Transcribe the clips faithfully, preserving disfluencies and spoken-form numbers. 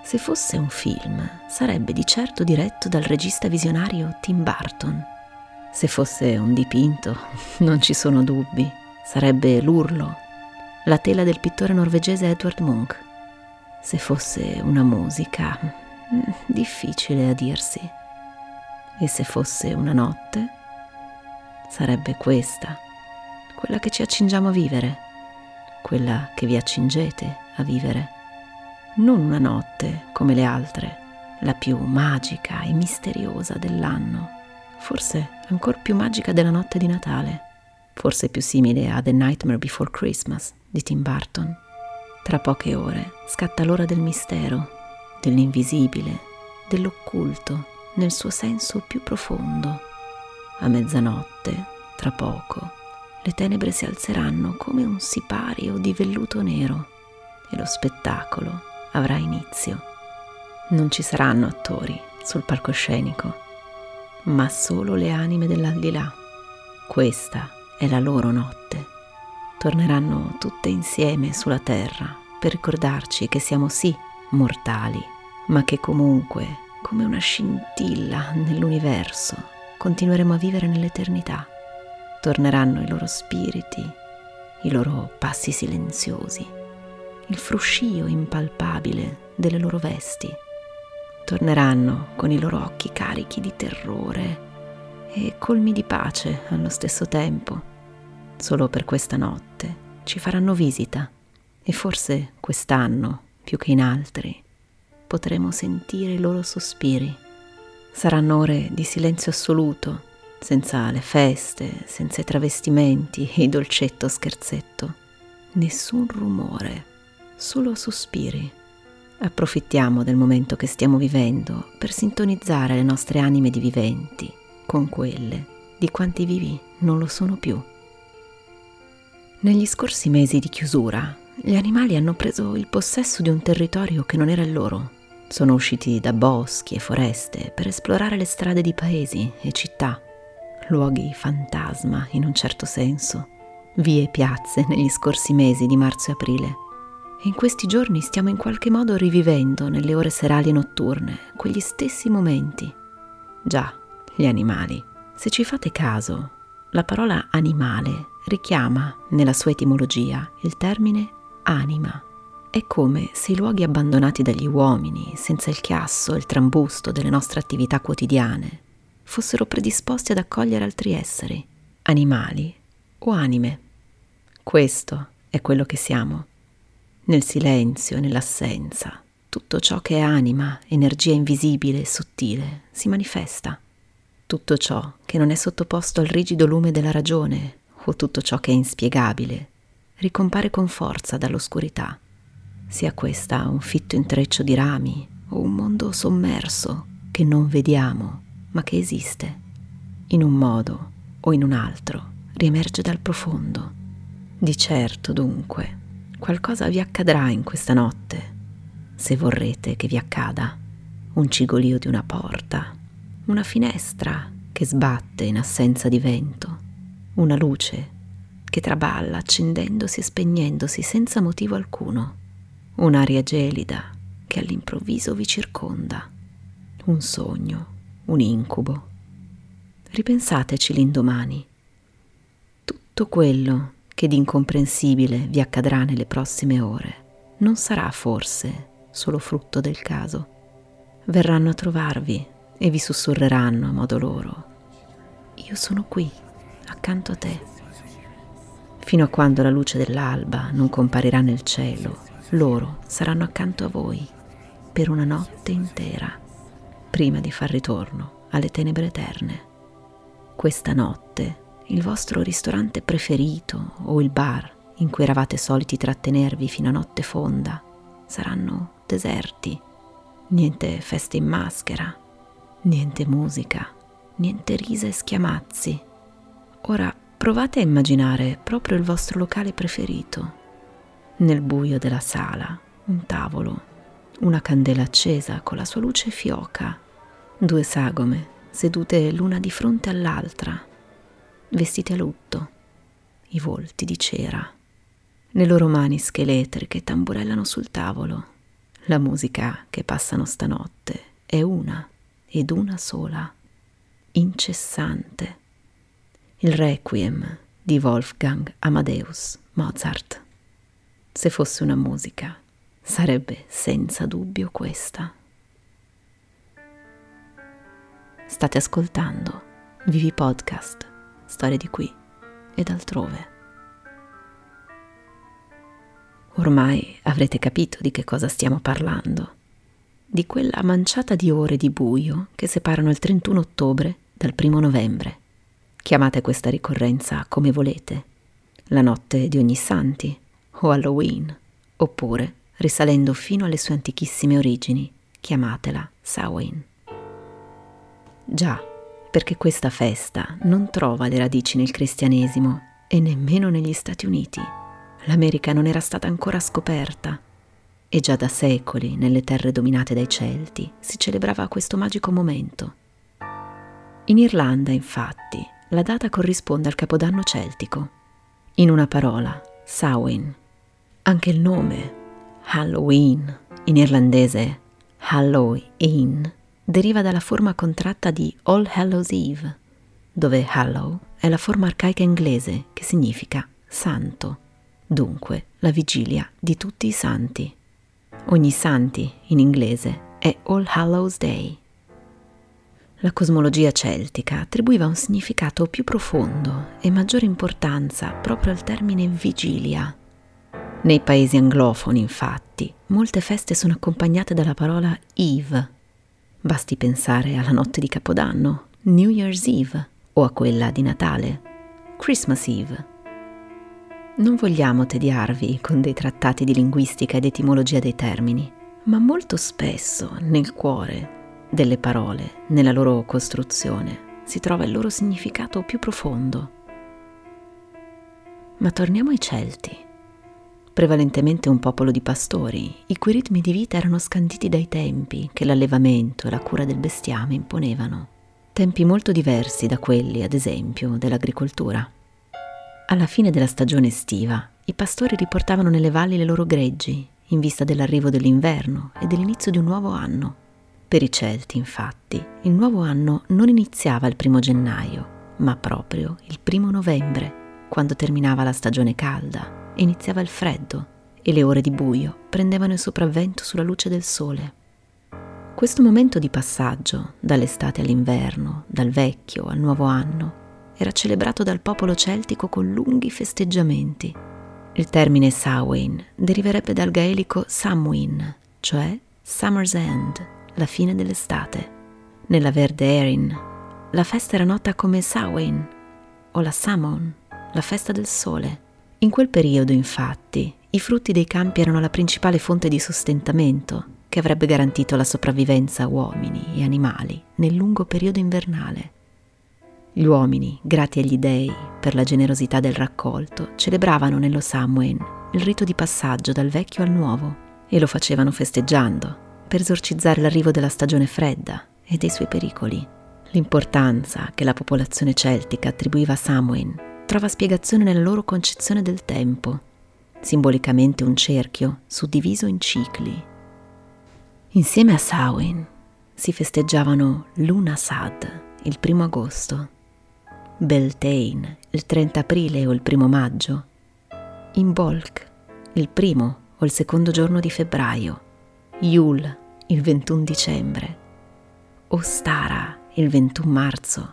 Se fosse un film, sarebbe di certo diretto dal regista visionario Tim Burton. Se fosse un dipinto, non ci sono dubbi, sarebbe L'Urlo, la tela del pittore norvegese Edvard Munch. Se fosse una musica, difficile a dirsi. E se fosse una notte, sarebbe questa, quella che ci accingiamo a vivere, quella che vi accingete a vivere. Non una notte come le altre, la più magica e misteriosa dell'anno, forse ancor più magica della notte di Natale, forse più simile a The Nightmare Before Christmas di Tim Burton. Tra poche ore scatta l'ora del mistero, dell'invisibile, dell'occulto nel suo senso più profondo. A mezzanotte, tra poco, le tenebre si alzeranno come un sipario di velluto nero e lo spettacolo avrà inizio. Non ci saranno attori sul palcoscenico, ma solo le anime dell'aldilà. Questa è la loro notte. Torneranno tutte insieme sulla terra per ricordarci che siamo sì mortali, ma che comunque, come una scintilla nell'universo, continueremo a vivere nell'eternità. Torneranno i loro spiriti, i loro passi silenziosi, il fruscio impalpabile delle loro vesti. Torneranno con i loro occhi carichi di terrore e colmi di pace allo stesso tempo. Solo per questa notte ci faranno visita e forse quest'anno, più che in altri, potremo sentire i loro sospiri. Saranno ore di silenzio assoluto, senza le feste, senza i travestimenti e il dolcetto scherzetto. Nessun rumore, solo sospiri. Approfittiamo del momento che stiamo vivendo per sintonizzare le nostre anime di viventi con quelle di quanti vivi non lo sono più. Negli scorsi mesi di chiusura, gli animali hanno preso il possesso di un territorio che non era il loro. Sono usciti da boschi e foreste per esplorare le strade di paesi e città, luoghi fantasma in un certo senso, vie e piazze negli scorsi mesi di marzo e aprile. E in questi giorni stiamo in qualche modo rivivendo nelle ore serali e notturne quegli stessi momenti. Già, gli animali. Se ci fate caso, la parola animale richiama nella sua etimologia il termine anima. È come se i luoghi abbandonati dagli uomini, senza il chiasso e il trambusto delle nostre attività quotidiane, fossero predisposti ad accogliere altri esseri, animali o anime. Questo è quello che siamo. Nel silenzio e nell'assenza, tutto ciò che è anima, energia invisibile e sottile, si manifesta. Tutto ciò che non è sottoposto al rigido lume della ragione, o tutto ciò che è inspiegabile, ricompare con forza dall'oscurità. Sia questa un fitto intreccio di rami o un mondo sommerso che non vediamo, ma che esiste. In un modo o in un altro riemerge dal profondo. Di certo, dunque, qualcosa vi accadrà in questa notte, se vorrete che vi accada. Un cigolio di una porta, una finestra che sbatte in assenza di vento, una luce che traballa accendendosi e spegnendosi senza motivo alcuno, un'aria gelida che all'improvviso vi circonda, un sogno, un incubo. Ripensateci l'indomani. Tutto quello che di incomprensibile vi accadrà nelle prossime ore non sarà forse solo frutto del caso. Verranno a trovarvi e vi sussurreranno a modo loro: io sono qui, accanto a te. Fino a quando la luce dell'alba non comparirà nel cielo, loro saranno accanto a voi per una notte intera, prima di far ritorno alle tenebre eterne. Questa notte il vostro ristorante preferito o il bar in cui eravate soliti trattenervi fino a notte fonda saranno deserti. Niente feste in maschera, niente musica, niente risa e schiamazzi. Ora provate a immaginare proprio il vostro locale preferito. Nel buio della sala, un tavolo, una candela accesa con la sua luce fioca, due sagome sedute l'una di fronte all'altra, vestiti a lutto, i volti di cera, le loro mani scheletriche tamburellano sul tavolo, La musica che passano stanotte è una ed una sola, incessante. Il Requiem di Wolfgang Amadeus Mozart. Se fosse una musica, sarebbe senza dubbio questa. State ascoltando Vivi Podcast, storie di qui ed altrove. Ormai avrete capito di che cosa stiamo parlando, di quella manciata di ore di buio che separano il trentuno ottobre dal primo novembre. Chiamate questa ricorrenza come volete, la notte di ogni santi o Halloween, oppure, risalendo fino alle sue antichissime origini, chiamatela Samhain. Già, perché questa festa non trova le radici nel cristianesimo e nemmeno negli Stati Uniti. L'America non era stata ancora scoperta e già da secoli nelle terre dominate dai Celti si celebrava questo magico momento. In Irlanda, infatti, la data corrisponde al capodanno celtico. In una parola, Samhain. Anche il nome, Halloween, in irlandese Hallow-in, deriva dalla forma contratta di All Hallows Eve, dove Hallow è la forma arcaica inglese che significa santo. Dunque, la vigilia di tutti i santi. Ogni santi, in inglese, è All Hallows Day. La cosmologia celtica attribuiva un significato più profondo e maggiore importanza proprio al termine vigilia. Nei paesi anglofoni, infatti, molte feste sono accompagnate dalla parola Eve. Basti pensare alla notte di Capodanno, New Year's Eve, o a quella di Natale, Christmas Eve. Non vogliamo tediarvi con dei trattati di linguistica ed etimologia dei termini, ma molto spesso nel cuore delle parole, nella loro costruzione, si trova il loro significato più profondo. Ma torniamo ai Celti, prevalentemente un popolo di pastori, i cui ritmi di vita erano scanditi dai tempi che l'allevamento e la cura del bestiame imponevano, tempi molto diversi da quelli, ad esempio, dell'agricoltura. Alla fine della stagione estiva, i pastori riportavano nelle valli le loro greggi, in vista dell'arrivo dell'inverno e dell'inizio di un nuovo anno. Per i Celti, infatti, il nuovo anno non iniziava il primo gennaio, ma proprio il primo novembre, quando terminava la stagione calda e iniziava il freddo, e le ore di buio prendevano il sopravvento sulla luce del sole. Questo momento di passaggio, dall'estate all'inverno, dal vecchio al nuovo anno, era celebrato dal popolo celtico con lunghi festeggiamenti. Il termine Samhain deriverebbe dal gaelico Samhain, cioè Summer's End, la fine dell'estate. Nella Verde Erin, la festa era nota come Samhain o la Samhain, la festa del sole. In quel periodo, infatti, i frutti dei campi erano la principale fonte di sostentamento che avrebbe garantito la sopravvivenza a uomini e animali nel lungo periodo invernale. Gli uomini, grati agli dei per la generosità del raccolto, celebravano nello Samhain il rito di passaggio dal vecchio al nuovo e lo facevano festeggiando per esorcizzare l'arrivo della stagione fredda e dei suoi pericoli. L'importanza che la popolazione celtica attribuiva a Samhain trova spiegazione nella loro concezione del tempo, simbolicamente un cerchio suddiviso in cicli. Insieme a Samhain si festeggiavano Lughnasadh il primo agosto, Beltane il trenta aprile o il primo maggio, Imbolc il primo o il secondo giorno di febbraio, Yule il ventuno dicembre, Ostara il ventuno marzo,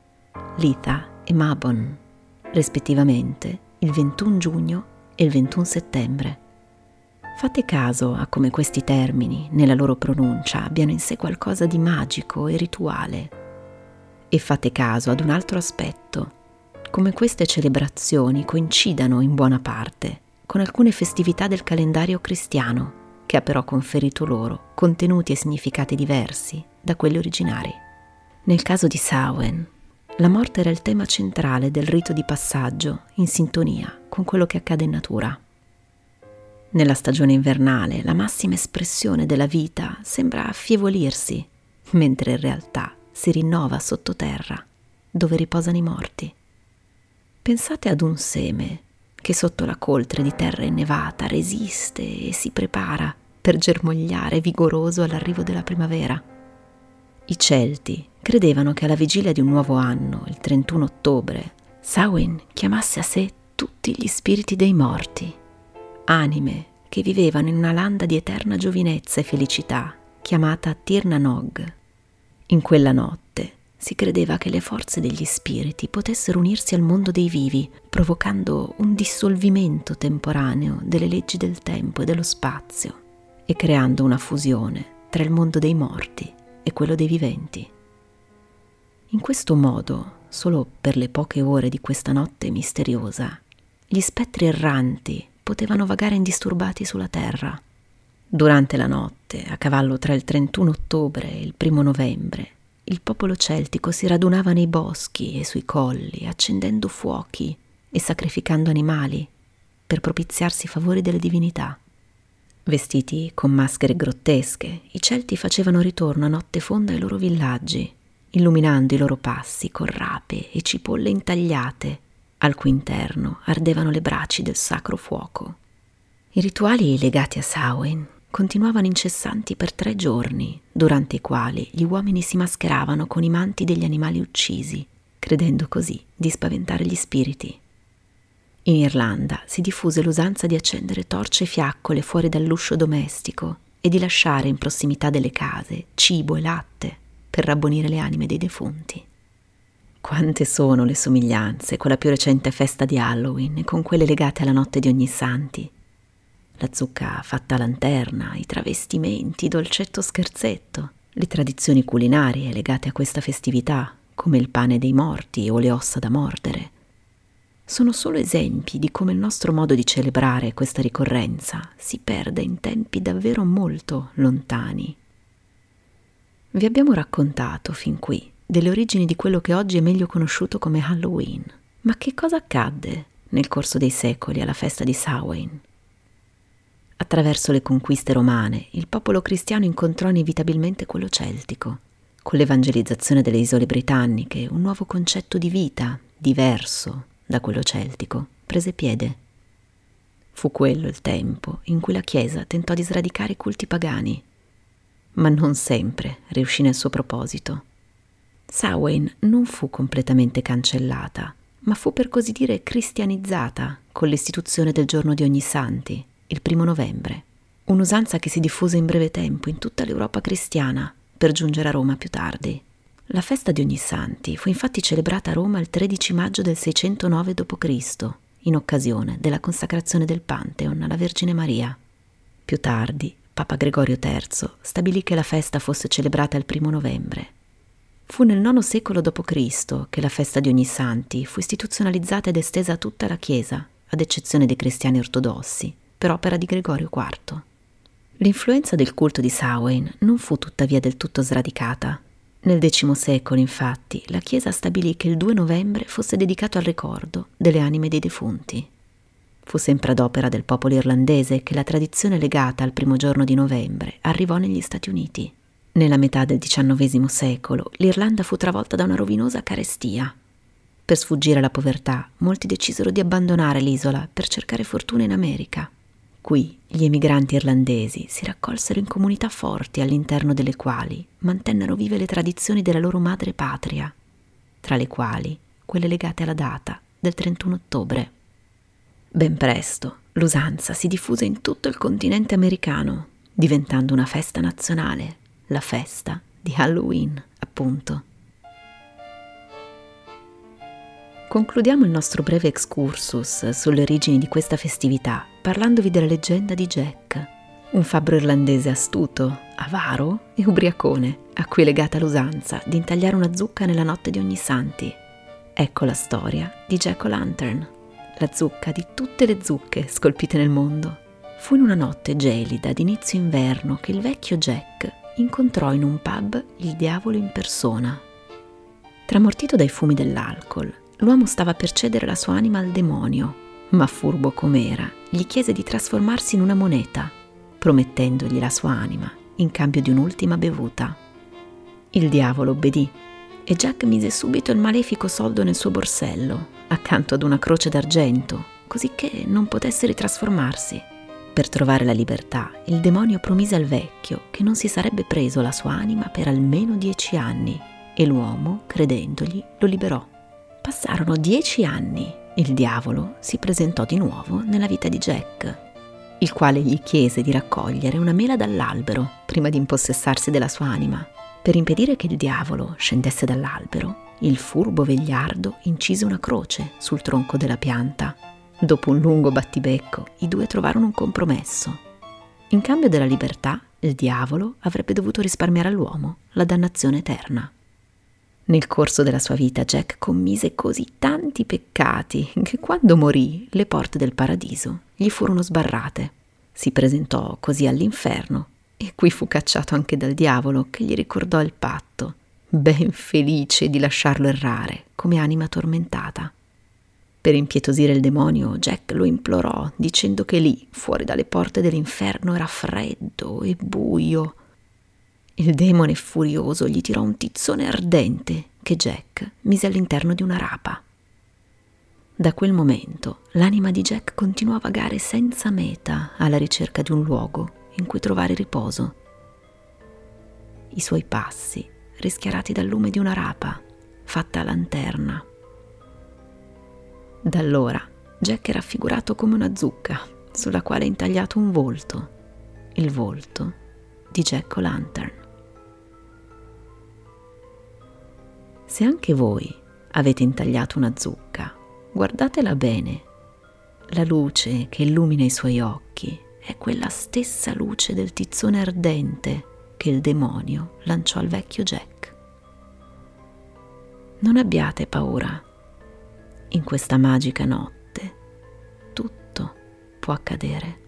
Litha e Mabon rispettivamente il ventuno giugno e il ventuno settembre. Fate caso a come questi termini, nella loro pronuncia, abbiano in sé qualcosa di magico e rituale. E fate caso ad un altro aspetto, come queste celebrazioni coincidano in buona parte con alcune festività del calendario cristiano, che ha però conferito loro contenuti e significati diversi da quelli originari. Nel caso di Samhain, la morte era il tema centrale del rito di passaggio, in sintonia con quello che accade in natura. Nella stagione invernale, la massima espressione della vita sembra affievolirsi, mentre in realtà si rinnova sottoterra, dove riposano i morti. Pensate ad un seme che sotto la coltre di terra innevata resiste e si prepara per germogliare vigoroso all'arrivo della primavera. I Celti credevano che alla vigilia di un nuovo anno, il trentuno ottobre, Samhain chiamasse a sé tutti gli spiriti dei morti, anime che vivevano in una landa di eterna giovinezza e felicità chiamata Tir na Nog. In quella notte si credeva che le forze degli spiriti potessero unirsi al mondo dei vivi, provocando un dissolvimento temporaneo delle leggi del tempo e dello spazio e creando una fusione tra il mondo dei morti e quello dei viventi. In questo modo, solo per le poche ore di questa notte misteriosa, gli spettri erranti potevano vagare indisturbati sulla terra. Durante la notte, a cavallo tra il trentuno ottobre e il primo novembre, il popolo celtico si radunava nei boschi e sui colli, accendendo fuochi e sacrificando animali per propiziarsi i favori delle divinità. Vestiti con maschere grottesche, i Celti facevano ritorno a notte fonda ai loro villaggi, illuminando i loro passi con rape e cipolle intagliate, al cui interno ardevano le braci del sacro fuoco. I rituali legati a Samhain continuavano incessanti per tre giorni, durante i quali gli uomini si mascheravano con i manti degli animali uccisi, credendo così di spaventare gli spiriti. In Irlanda si diffuse l'usanza di accendere torce e fiaccole fuori dall'uscio domestico e di lasciare in prossimità delle case cibo e latte per rabbonire le anime dei defunti. Quante sono le somiglianze con la più recente festa di Halloween e con quelle legate alla notte di Ognissanti. La zucca fatta a lanterna, i travestimenti, dolcetto scherzetto, le tradizioni culinarie legate a questa festività, come il pane dei morti o le ossa da mordere, sono solo esempi di come il nostro modo di celebrare questa ricorrenza si perde in tempi davvero molto lontani. Vi abbiamo raccontato fin qui delle origini di quello che oggi è meglio conosciuto come Halloween. Ma che cosa accadde nel corso dei secoli alla festa di Samhain? Attraverso le conquiste romane, il popolo cristiano incontrò inevitabilmente quello celtico. Con l'evangelizzazione delle isole britanniche, un nuovo concetto di vita, diverso da quello celtico, prese piede. Fu quello il tempo in cui la Chiesa tentò di sradicare i culti pagani, ma non sempre riuscì nel suo proposito. Samhain non fu completamente cancellata, ma fu per così dire cristianizzata con l'istituzione del giorno di Ognissanti, il primo novembre, un'usanza che si diffuse in breve tempo in tutta l'Europa cristiana per giungere a Roma più tardi. La festa di Ognissanti fu infatti celebrata a Roma il tredici maggio del seicentonove dopo Cristo, in occasione della consacrazione del Pantheon alla Vergine Maria. Più tardi, Papa Gregorio terzo stabilì che la festa fosse celebrata il primo novembre. Fu nel nono secolo dopo Cristo che la festa di Ognissanti fu istituzionalizzata ed estesa a tutta la Chiesa, ad eccezione dei cristiani ortodossi, per opera di Gregorio quarto. L'influenza del culto di Samhain non fu tuttavia del tutto sradicata. Nel decimo secolo, infatti, la Chiesa stabilì che il due novembre fosse dedicato al ricordo delle anime dei defunti. Fu sempre ad opera del popolo irlandese che la tradizione legata al primo giorno di novembre arrivò negli Stati Uniti. Nella metà del diciannovesimo secolo, l'Irlanda fu travolta da una rovinosa carestia. Per sfuggire alla povertà, molti decisero di abbandonare l'isola per cercare fortuna in America. Qui gli emigranti irlandesi si raccolsero in comunità forti all'interno delle quali mantennero vive le tradizioni della loro madre patria, tra le quali quelle legate alla data del trentuno ottobre. Ben presto l'usanza si diffuse in tutto il continente americano, diventando una festa nazionale, la festa di Halloween, appunto. Concludiamo il nostro breve excursus sulle origini di questa festività parlandovi della leggenda di Jack, un fabbro irlandese astuto, avaro e ubriacone, a cui è legata l'usanza di intagliare una zucca nella notte di Ognissanti. Ecco la storia di Jack O'Lantern, la zucca di tutte le zucche scolpite nel mondo. Fu in una notte gelida d'inizio inverno che il vecchio Jack incontrò in un pub il diavolo in persona. Tramortito dai fumi dell'alcol, l'uomo stava per cedere la sua anima al demonio, ma furbo com'era, gli chiese di trasformarsi in una moneta, promettendogli la sua anima in cambio di un'ultima bevuta. Il diavolo obbedì e Jack mise subito il malefico soldo nel suo borsello, accanto ad una croce d'argento, così che non potesse ritrasformarsi. Per trovare la libertà, il demonio promise al vecchio che non si sarebbe preso la sua anima per almeno dieci anni e l'uomo, credendogli, lo liberò. Passarono dieci anni. Il diavolo si presentò di nuovo nella vita di Jack, il quale gli chiese di raccogliere una mela dall'albero prima di impossessarsi della sua anima. Per impedire che il diavolo scendesse dall'albero, il furbo vegliardo incise una croce sul tronco della pianta. Dopo un lungo battibecco, i due trovarono un compromesso. In cambio della libertà, il diavolo avrebbe dovuto risparmiare all'uomo la dannazione eterna. Nel corso della sua vita Jack commise così tanti peccati che quando morì le porte del paradiso gli furono sbarrate. Si presentò così all'inferno e qui fu cacciato anche dal diavolo, che gli ricordò il patto, ben felice di lasciarlo errare come anima tormentata. Per impietosire il demonio, Jack lo implorò dicendo che lì, fuori dalle porte dell'inferno, era freddo e buio. Il demone furioso gli tirò un tizzone ardente che Jack mise all'interno di una rapa. Da quel momento l'anima di Jack continuò a vagare senza meta alla ricerca di un luogo in cui trovare riposo. I suoi passi rischiarati dal lume di una rapa fatta a lanterna. Da allora Jack è raffigurato come una zucca sulla quale è intagliato un volto, il volto di Jack O'Lantern. Se anche voi avete intagliato una zucca, guardatela bene. La luce che illumina i suoi occhi è quella stessa luce del tizzone ardente che il demonio lanciò al vecchio Jack. Non abbiate paura. In questa magica notte tutto può accadere.